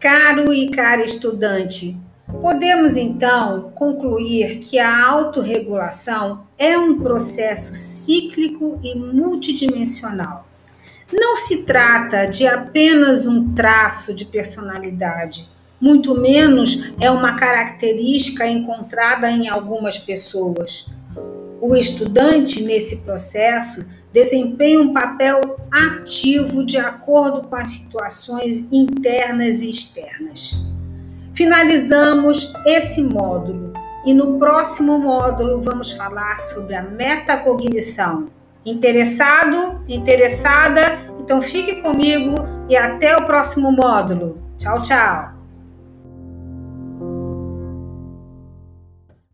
Caro e cara estudante, podemos então concluir que a autorregulação é um processo cíclico e multidimensional. Não se trata de apenas um traço de personalidade, muito menos é uma característica encontrada em algumas pessoas. O estudante, nesse processo, desempenha um papel ativo de acordo com as situações internas e externas. Finalizamos esse módulo e no próximo módulo vamos falar sobre a metacognição. Interessado? Interessada? Então fique comigo e até o próximo módulo. Tchau, tchau!